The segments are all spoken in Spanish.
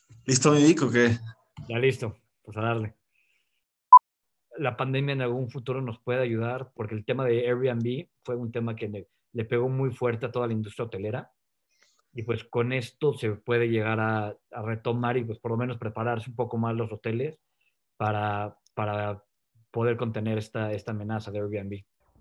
¿Listo, mi Vic, o qué? Ya listo, pues a darle. La pandemia en algún futuro nos puede ayudar porque el tema de Airbnb fue un tema que le pegó muy fuerte a toda la industria hotelera y pues con esto se puede llegar a retomar y pues por lo menos prepararse un poco más los hoteles para poder contener esta amenaza de Airbnb.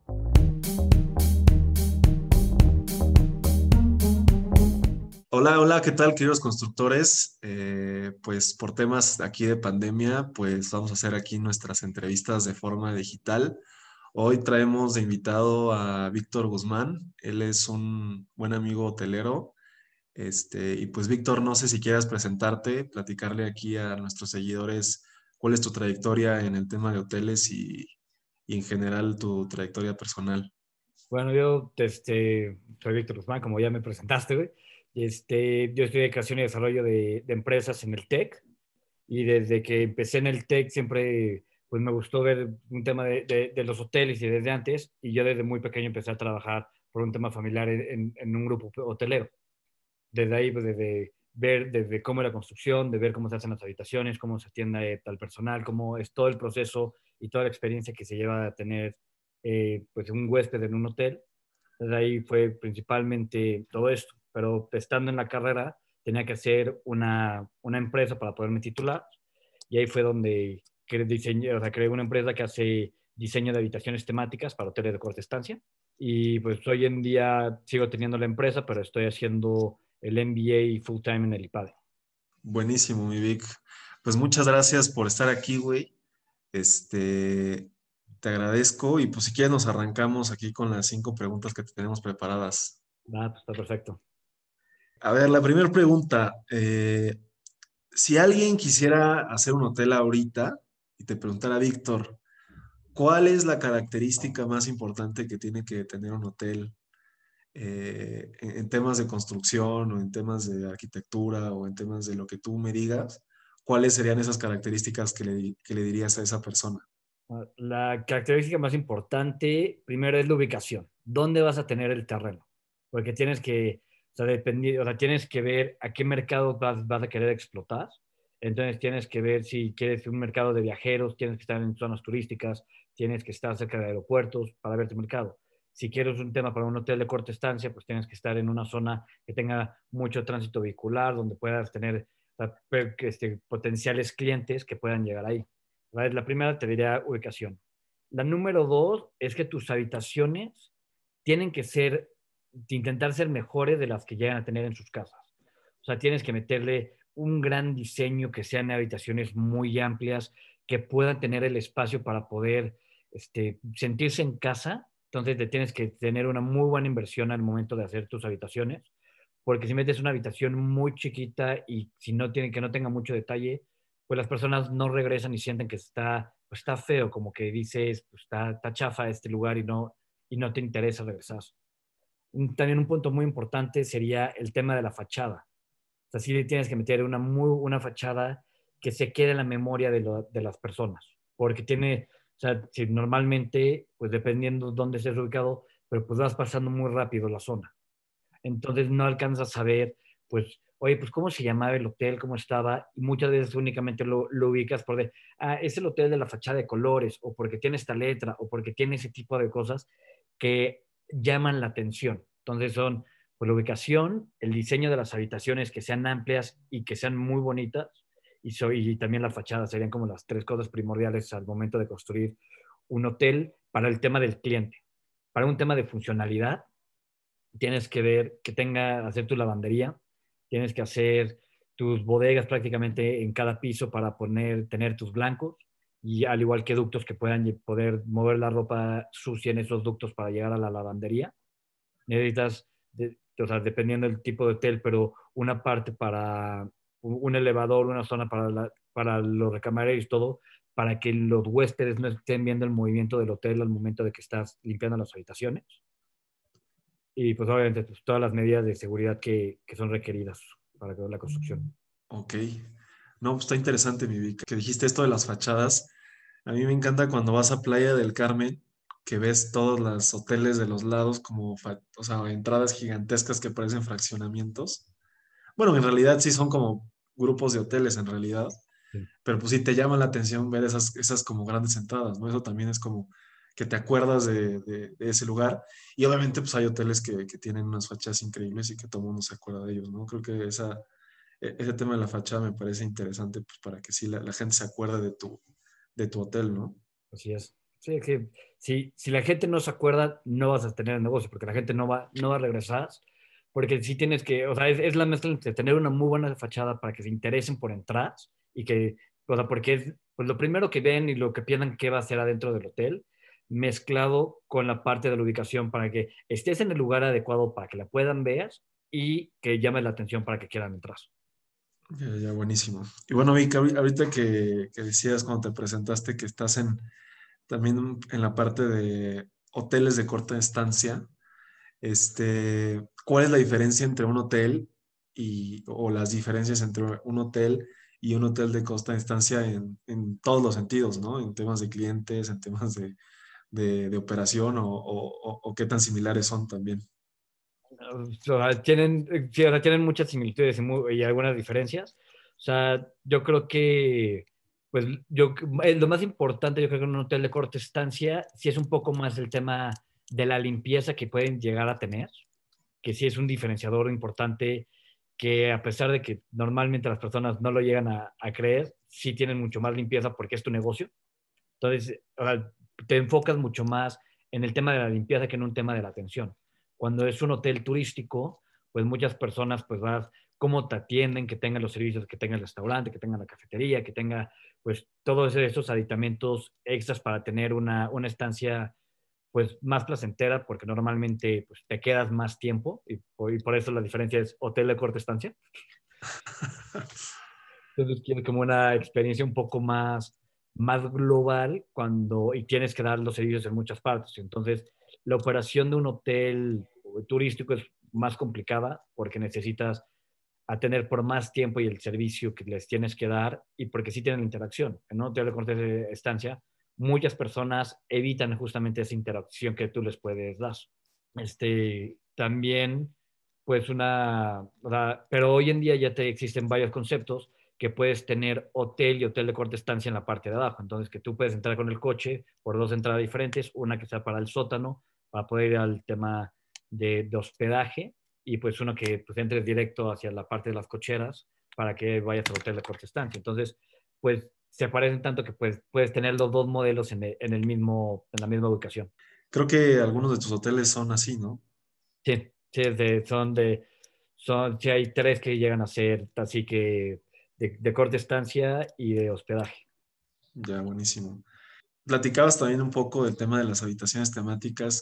Hola, hola, ¿qué tal, queridos constructores? Pues por temas aquí de pandemia, pues vamos a hacer aquí nuestras entrevistas de forma digital. Hoy traemos de invitado a Víctor Guzmán. Él es un buen amigo hotelero. Y pues Víctor, no sé si quieras presentarte, platicarle aquí a nuestros seguidores cuál es tu trayectoria en el tema de hoteles y en general tu trayectoria personal. Bueno, yo soy Víctor Guzmán, como ya me presentaste, güey. Yo estudié creación y desarrollo de empresas en el TEC. Y desde que empecé en el TEC siempre pues me gustó ver un tema de los hoteles y desde antes, y yo desde muy pequeño empecé a trabajar por un tema familiar en un grupo hotelero. Desde ahí, pues desde ver desde cómo es la construcción, de ver cómo se hacen las habitaciones, cómo se atiende al personal, cómo es todo el proceso y toda la experiencia que se lleva a tener pues un huésped en un hotel. Desde ahí fue principalmente todo esto, pero estando en la carrera tenía que hacer una empresa para poderme titular y ahí fue donde creé una empresa que hace diseño de habitaciones temáticas para hoteles de corta estancia. Y pues hoy en día sigo teniendo la empresa, pero estoy haciendo el MBA full time en el IPADE. Buenísimo, mi Vic. Pues muchas gracias por estar aquí, güey. Te agradezco y pues si quieres nos arrancamos aquí con las 5 preguntas que te tenemos preparadas. Ah, pues está perfecto. A ver, la primera pregunta, si alguien quisiera hacer un hotel ahorita y te preguntara, Víctor, ¿cuál es la característica más importante que tiene que tener un hotel en temas de construcción o en temas de arquitectura o en temas de lo que tú me digas? ¿Cuáles serían esas características que le dirías a esa persona? La característica más importante, primero, es la ubicación. ¿Dónde vas a tener el terreno? Porque o sea, tienes que ver a qué mercado vas a querer explotar. Entonces tienes que ver si quieres un mercado de viajeros, tienes que estar en zonas turísticas, tienes que estar cerca de aeropuertos para ver tu mercado. Si quieres un tema para un hotel de corta estancia, pues tienes que estar en una zona que tenga mucho tránsito vehicular, donde puedas tener potenciales clientes que puedan llegar ahí. ¿Vale? La primera te diría ubicación. La número dos es que tus habitaciones tienen que intentar ser mejores de las que llegan a tener en sus casas. O sea, tienes que meterle un gran diseño, que sean habitaciones muy amplias, que puedan tener el espacio para poder sentirse en casa. Entonces, te tienes que tener una muy buena inversión al momento de hacer tus habitaciones, porque si metes una habitación muy chiquita y si no tiene, que no tenga mucho detalle, pues las personas no regresan y sienten que pues está feo, como que dices, pues está chafa este lugar y no te interesa regresar. También un punto muy importante sería el tema de la fachada. O sea, sí tienes que meter una fachada que se quede en la memoria de las personas, porque o sea, si normalmente, pues dependiendo dónde estés ubicado, pero pues vas pasando muy rápido la zona. Entonces no alcanzas a saber, pues, oye, pues cómo se llamaba el hotel, cómo estaba, y muchas veces únicamente lo ubicas es el hotel de la fachada de colores, o porque tiene esta letra, o porque tiene ese tipo de cosas que llaman la atención. Entonces son, pues, la ubicación, el diseño de las habitaciones que sean amplias y que sean muy bonitas, y también la fachada serían como las tres cosas primordiales al momento de construir un hotel para el tema del cliente. Para un tema de funcionalidad, tienes que ver que hacer tu lavandería, tienes que hacer tus bodegas prácticamente en cada piso para tener tus blancos, y al igual que ductos que puedan poder mover la ropa sucia en esos ductos para llegar a la lavandería. Necesitas, o sea, dependiendo del tipo de hotel, pero una parte para un elevador, una zona para los recamareros y todo, para que los huéspedes no estén viendo el movimiento del hotel al momento de que estás limpiando las habitaciones. Y pues obviamente pues, todas las medidas de seguridad que son requeridas para la construcción. Ok. No, pues está interesante, mi Vic, que dijiste esto de las fachadas. A mí me encanta cuando vas a Playa del Carmen, que ves todos los hoteles de los lados como, o sea, entradas gigantescas que parecen fraccionamientos. Bueno, en realidad sí son como grupos de hoteles en realidad, Sí. pero pues sí te llama la atención ver esas como grandes entradas, ¿no? Eso también es como que te acuerdas de ese lugar. Y obviamente pues hay hoteles que tienen unas fachadas increíbles y que todo el mundo se acuerda de ellos, ¿no? Creo que ese tema de la fachada me parece interesante pues para que sí la gente se acuerde de tu hotel, ¿no? Así es. Sí, es que si la gente no se acuerda, no vas a tener el negocio, porque la gente no va a regresar, porque sí tienes que, o sea, es la mezcla entre tener una muy buena fachada para que se interesen por entrar y que, o sea, porque es pues, lo primero que ven y lo que piensan que va a ser adentro del hotel, mezclado con la parte de la ubicación para que estés en el lugar adecuado para que la puedan ver y que llame la atención para que quieran entrar. Ya, ya, buenísimo. Y bueno, Vic, ahorita que decías cuando te presentaste que estás también en la parte de hoteles de corta estancia, ¿cuál es la diferencia entre un hotel o las diferencias entre un hotel y un hotel de corta estancia en todos los sentidos, ¿no? En temas de clientes, en temas de operación o qué tan similares son también. O sea, sí, o sea, tienen muchas similitudes y algunas diferencias. O sea, yo creo que, pues, lo más importante, yo creo que en un hotel de corta estancia, sí es un poco más el tema de la limpieza que pueden llegar a tener, que sí es un diferenciador importante, que a pesar de que normalmente las personas no lo llegan a creer, sí tienen mucho más limpieza porque es tu negocio. Entonces, o sea, te enfocas mucho más en el tema de la limpieza que en un tema de la atención. Cuando es un hotel turístico, pues muchas personas, pues vas, cómo te atienden, que tengan los servicios, que tenga el restaurante, que tenga la cafetería, que tenga, pues, todos esos aditamentos extras para tener una estancia, pues, más placentera, porque normalmente, pues, te quedas más tiempo y por eso la diferencia es hotel de corta estancia. Entonces quieres como una experiencia un poco más global y tienes que dar los servicios en muchas partes. Entonces, la operación de un hotel turístico es más complicada porque necesitas atender por más tiempo y el servicio que les tienes que dar y porque sí tienen interacción. En un hotel de corta estancia, muchas personas evitan justamente esa interacción que tú les puedes dar. También, pues o sea, pero hoy en día ya te existen varios conceptos que puedes tener hotel y hotel de corta estancia en la parte de abajo. Entonces, que tú puedes entrar con el coche por dos entradas diferentes, una que sea para el sótano, para poder ir al tema de hospedaje, y pues uno que pues entres directo hacia la parte de las cocheras para que vayas al hotel de corta estancia. Entonces, pues se parecen tanto que pues, puedes tener los dos modelos en la misma ubicación. Creo que algunos de tus hoteles son así, ¿no? Sí, sí, sí hay tres que llegan a ser así que de corta estancia y de hospedaje. Ya, buenísimo. Platicabas también un poco del tema de las habitaciones temáticas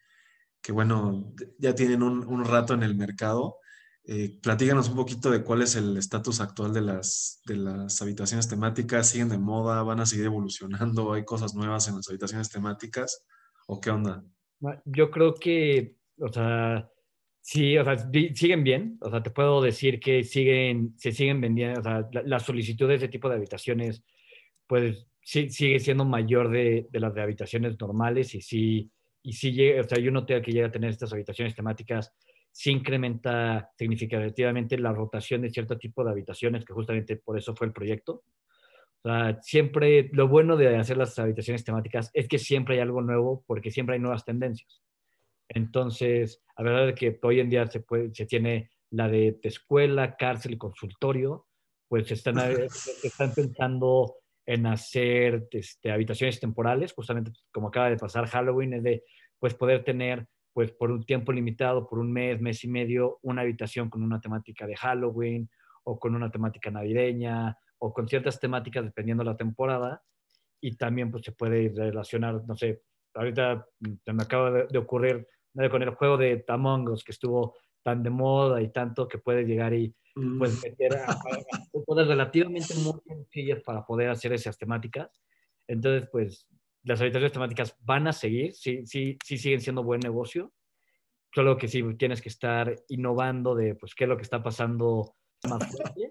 que bueno, ya tienen un rato en el mercado. Platíganos un poquito de cuál es el estatus actual de las habitaciones temáticas. ¿Siguen de moda? ¿Van a seguir evolucionando? ¿Hay cosas nuevas en las habitaciones temáticas? ¿O qué onda? Yo creo que, o sea, sí, o sea, siguen bien. O sea, te puedo decir que se siguen vendiendo. O sea, la solicitud de ese tipo de habitaciones, pues sí, sigue siendo mayor de las de habitaciones normales y sí llega, o sea, hay un hotel que llega a tener estas habitaciones temáticas, sí incrementa significativamente la rotación de cierto tipo de habitaciones, que justamente por eso fue el proyecto. O sea, siempre, lo bueno de hacer las habitaciones temáticas es que siempre hay algo nuevo porque siempre hay nuevas tendencias. Entonces, a verdad de que hoy en día se tiene la de escuela, cárcel y consultorio, pues están pensando en hacer habitaciones temporales, justamente como acaba de pasar Halloween, es de pues poder tener pues por un tiempo limitado, por un mes, mes y medio, una habitación con una temática de Halloween o con una temática navideña o con ciertas temáticas dependiendo de la temporada, y también pues se puede relacionar, no sé, ahorita se me acaba de ocurrir, ¿no?, con el juego de Among Us que estuvo tan de moda y tanto que puedes llegar y Mm, pues meter a cosas relativamente muy sencillas para poder hacer esas temáticas. Entonces, pues las habitaciones temáticas van a seguir, sí, sí, sí siguen siendo buen negocio, solo que sí tienes que estar innovando de pues qué es lo que está pasando más fuerte.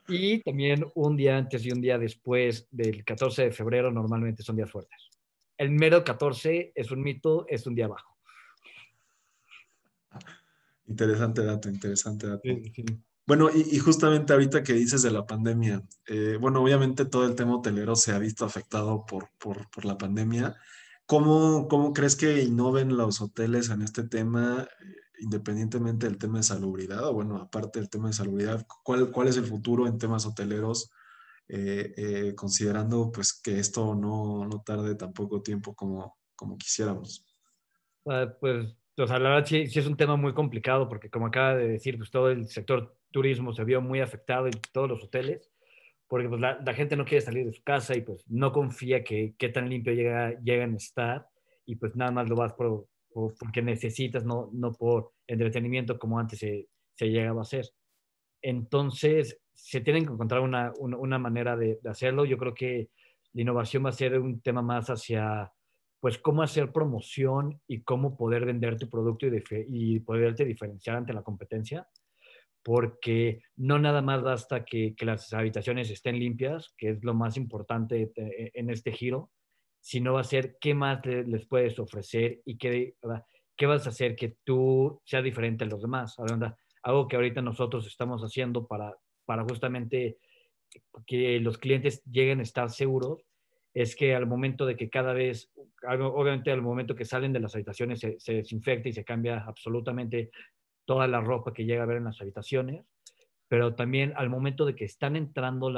Y también un día antes y un día después del 14 de febrero normalmente son días fuertes. El mero 14 es un mito, es un día bajo. interesante dato, interesante dato. Sí, sí. Bueno, y justamente ahorita que dices de la pandemia, bueno, obviamente todo el tema hotelero se ha visto afectado por la pandemia. ¿Cómo crees que innoven los hoteles en este tema, independientemente del tema de salubridad? O bueno, aparte del tema de salubridad, ¿cuál es el futuro en temas hoteleros, considerando pues que esto no tarde tan poco tiempo como quisiéramos? Pues, o sea, la verdad sí, sí es un tema muy complicado porque como acaba de decir, pues todo el sector turismo se vio muy afectado y todos los hoteles, porque pues la gente no quiere salir de su casa y pues no confía que qué tan limpio llegan a estar y pues nada más lo vas porque necesitas, no por entretenimiento como antes se llegaba a hacer. Entonces, se tienen que encontrar una manera de hacerlo. Yo creo que la innovación va a ser un tema más hacia, pues, cómo hacer promoción y cómo poder vender tu producto y poderte diferenciar ante la competencia, porque no nada más basta que las habitaciones estén limpias, que es lo más importante en este giro, sino va a ser qué más les puedes ofrecer y qué vas a hacer que tú seas diferente a los demás. Algo que ahorita nosotros estamos haciendo para justamente que los clientes lleguen a estar seguros es que al momento de que cada vez, obviamente al momento que salen de las habitaciones se desinfecta y se cambia absolutamente toda la ropa que llega a ver en las habitaciones, pero también al momento de que están entrando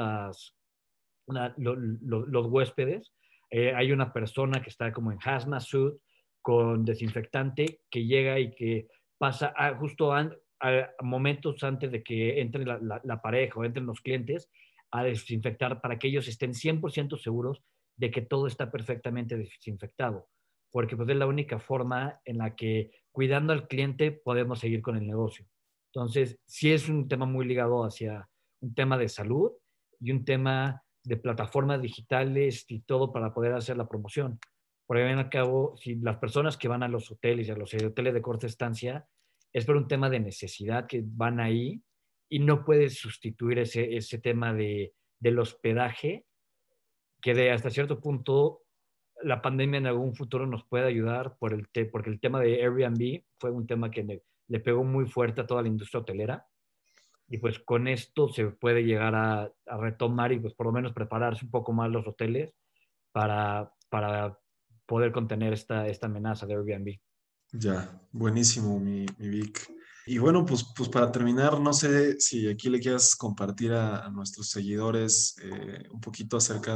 los huéspedes, hay una persona que está como en hazmat suit con desinfectante que llega y que pasa a momentos antes de que entre la pareja o entren los clientes a desinfectar para que ellos estén 100% seguros de que todo está perfectamente desinfectado, porque pues es la única forma en la que cuidando al cliente podemos seguir con el negocio. Entonces, sí es un tema muy ligado hacia un tema de salud y un tema de plataformas digitales y todo para poder hacer la promoción. Porque al cabo, si las personas que van a los hoteles y a los hoteles de corta estancia es por un tema de necesidad que van ahí y no puedes sustituir ese tema del hospedaje, que de hasta cierto punto la pandemia en algún futuro nos puede ayudar porque el tema de Airbnb fue un tema que le pegó muy fuerte a toda la industria hotelera y pues con esto se puede llegar a retomar y pues por lo menos prepararse un poco más los hoteles para poder contener esta amenaza de Airbnb. Ya, buenísimo, mi Vic. Y bueno, pues para terminar, no sé si aquí le quieras compartir a nuestros seguidores, un poquito acerca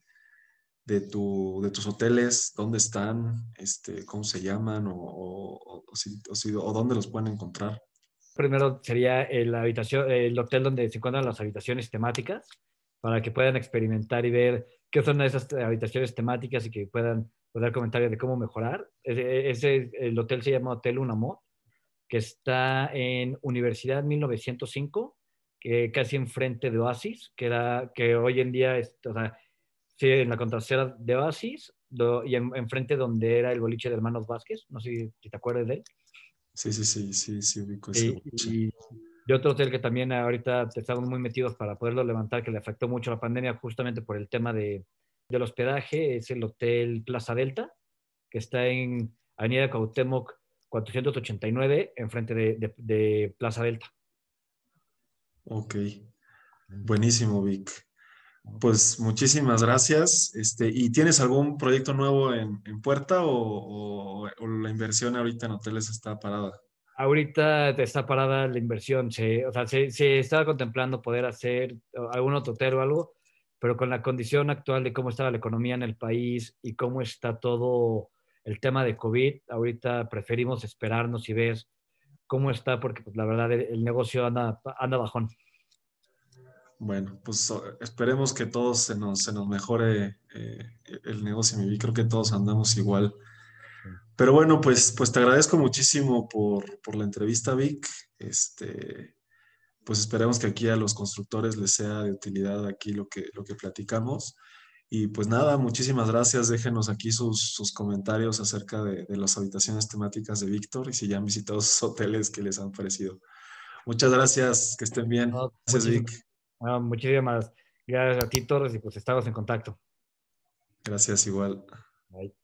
de tus hoteles, dónde están, cómo se llaman o dónde los pueden encontrar. Primero sería el hotel donde se encuentran las habitaciones temáticas para que puedan experimentar y ver qué son esas habitaciones temáticas y que puedan dar comentarios de cómo mejorar. El hotel se llama Hotel Unamó, que está en Universidad 1905, que casi enfrente de Oasis, que hoy en día es, o sea, sí, en la contrasera de Oasis y enfrente donde era el boliche de Hermanos Vázquez, no sé si te acuerdas de él. Sí, ubico ese Sí, boliche. y otro hotel que también ahorita estamos muy metidos para poderlo levantar, que le afectó mucho la pandemia justamente por el tema del hospedaje, es el Hotel Plaza Delta, que está en Avenida Cuauhtémoc 489, enfrente de Plaza Delta. Ok, buenísimo, Vic. Pues muchísimas gracias. ¿Y tienes algún proyecto nuevo en puerta o la inversión ahorita en hoteles está parada? Ahorita está parada la inversión, o sea, se estaba contemplando poder hacer algún otro hotel o algo, pero con la condición actual de cómo estaba la economía en el país y cómo está todo el tema de COVID, ahorita preferimos esperarnos y ver cómo está, porque pues, la verdad el negocio anda bajón. Bueno, pues esperemos que todos se nos mejore el negocio, mi Vic. Creo que todos andamos igual. Pero bueno, pues te agradezco muchísimo por la entrevista, Vic. Pues esperemos que aquí a los constructores les sea de utilidad aquí lo que platicamos. Y pues nada, muchísimas gracias. Déjenos aquí sus comentarios acerca de las habitaciones temáticas de Víctor y si ya han visitado sus hoteles, qué les han parecido. Muchas gracias, que estén bien. No, Gracias, Vic. muchísimas gracias a ti, Torres, y pues estamos en contacto. Gracias igual. Bye.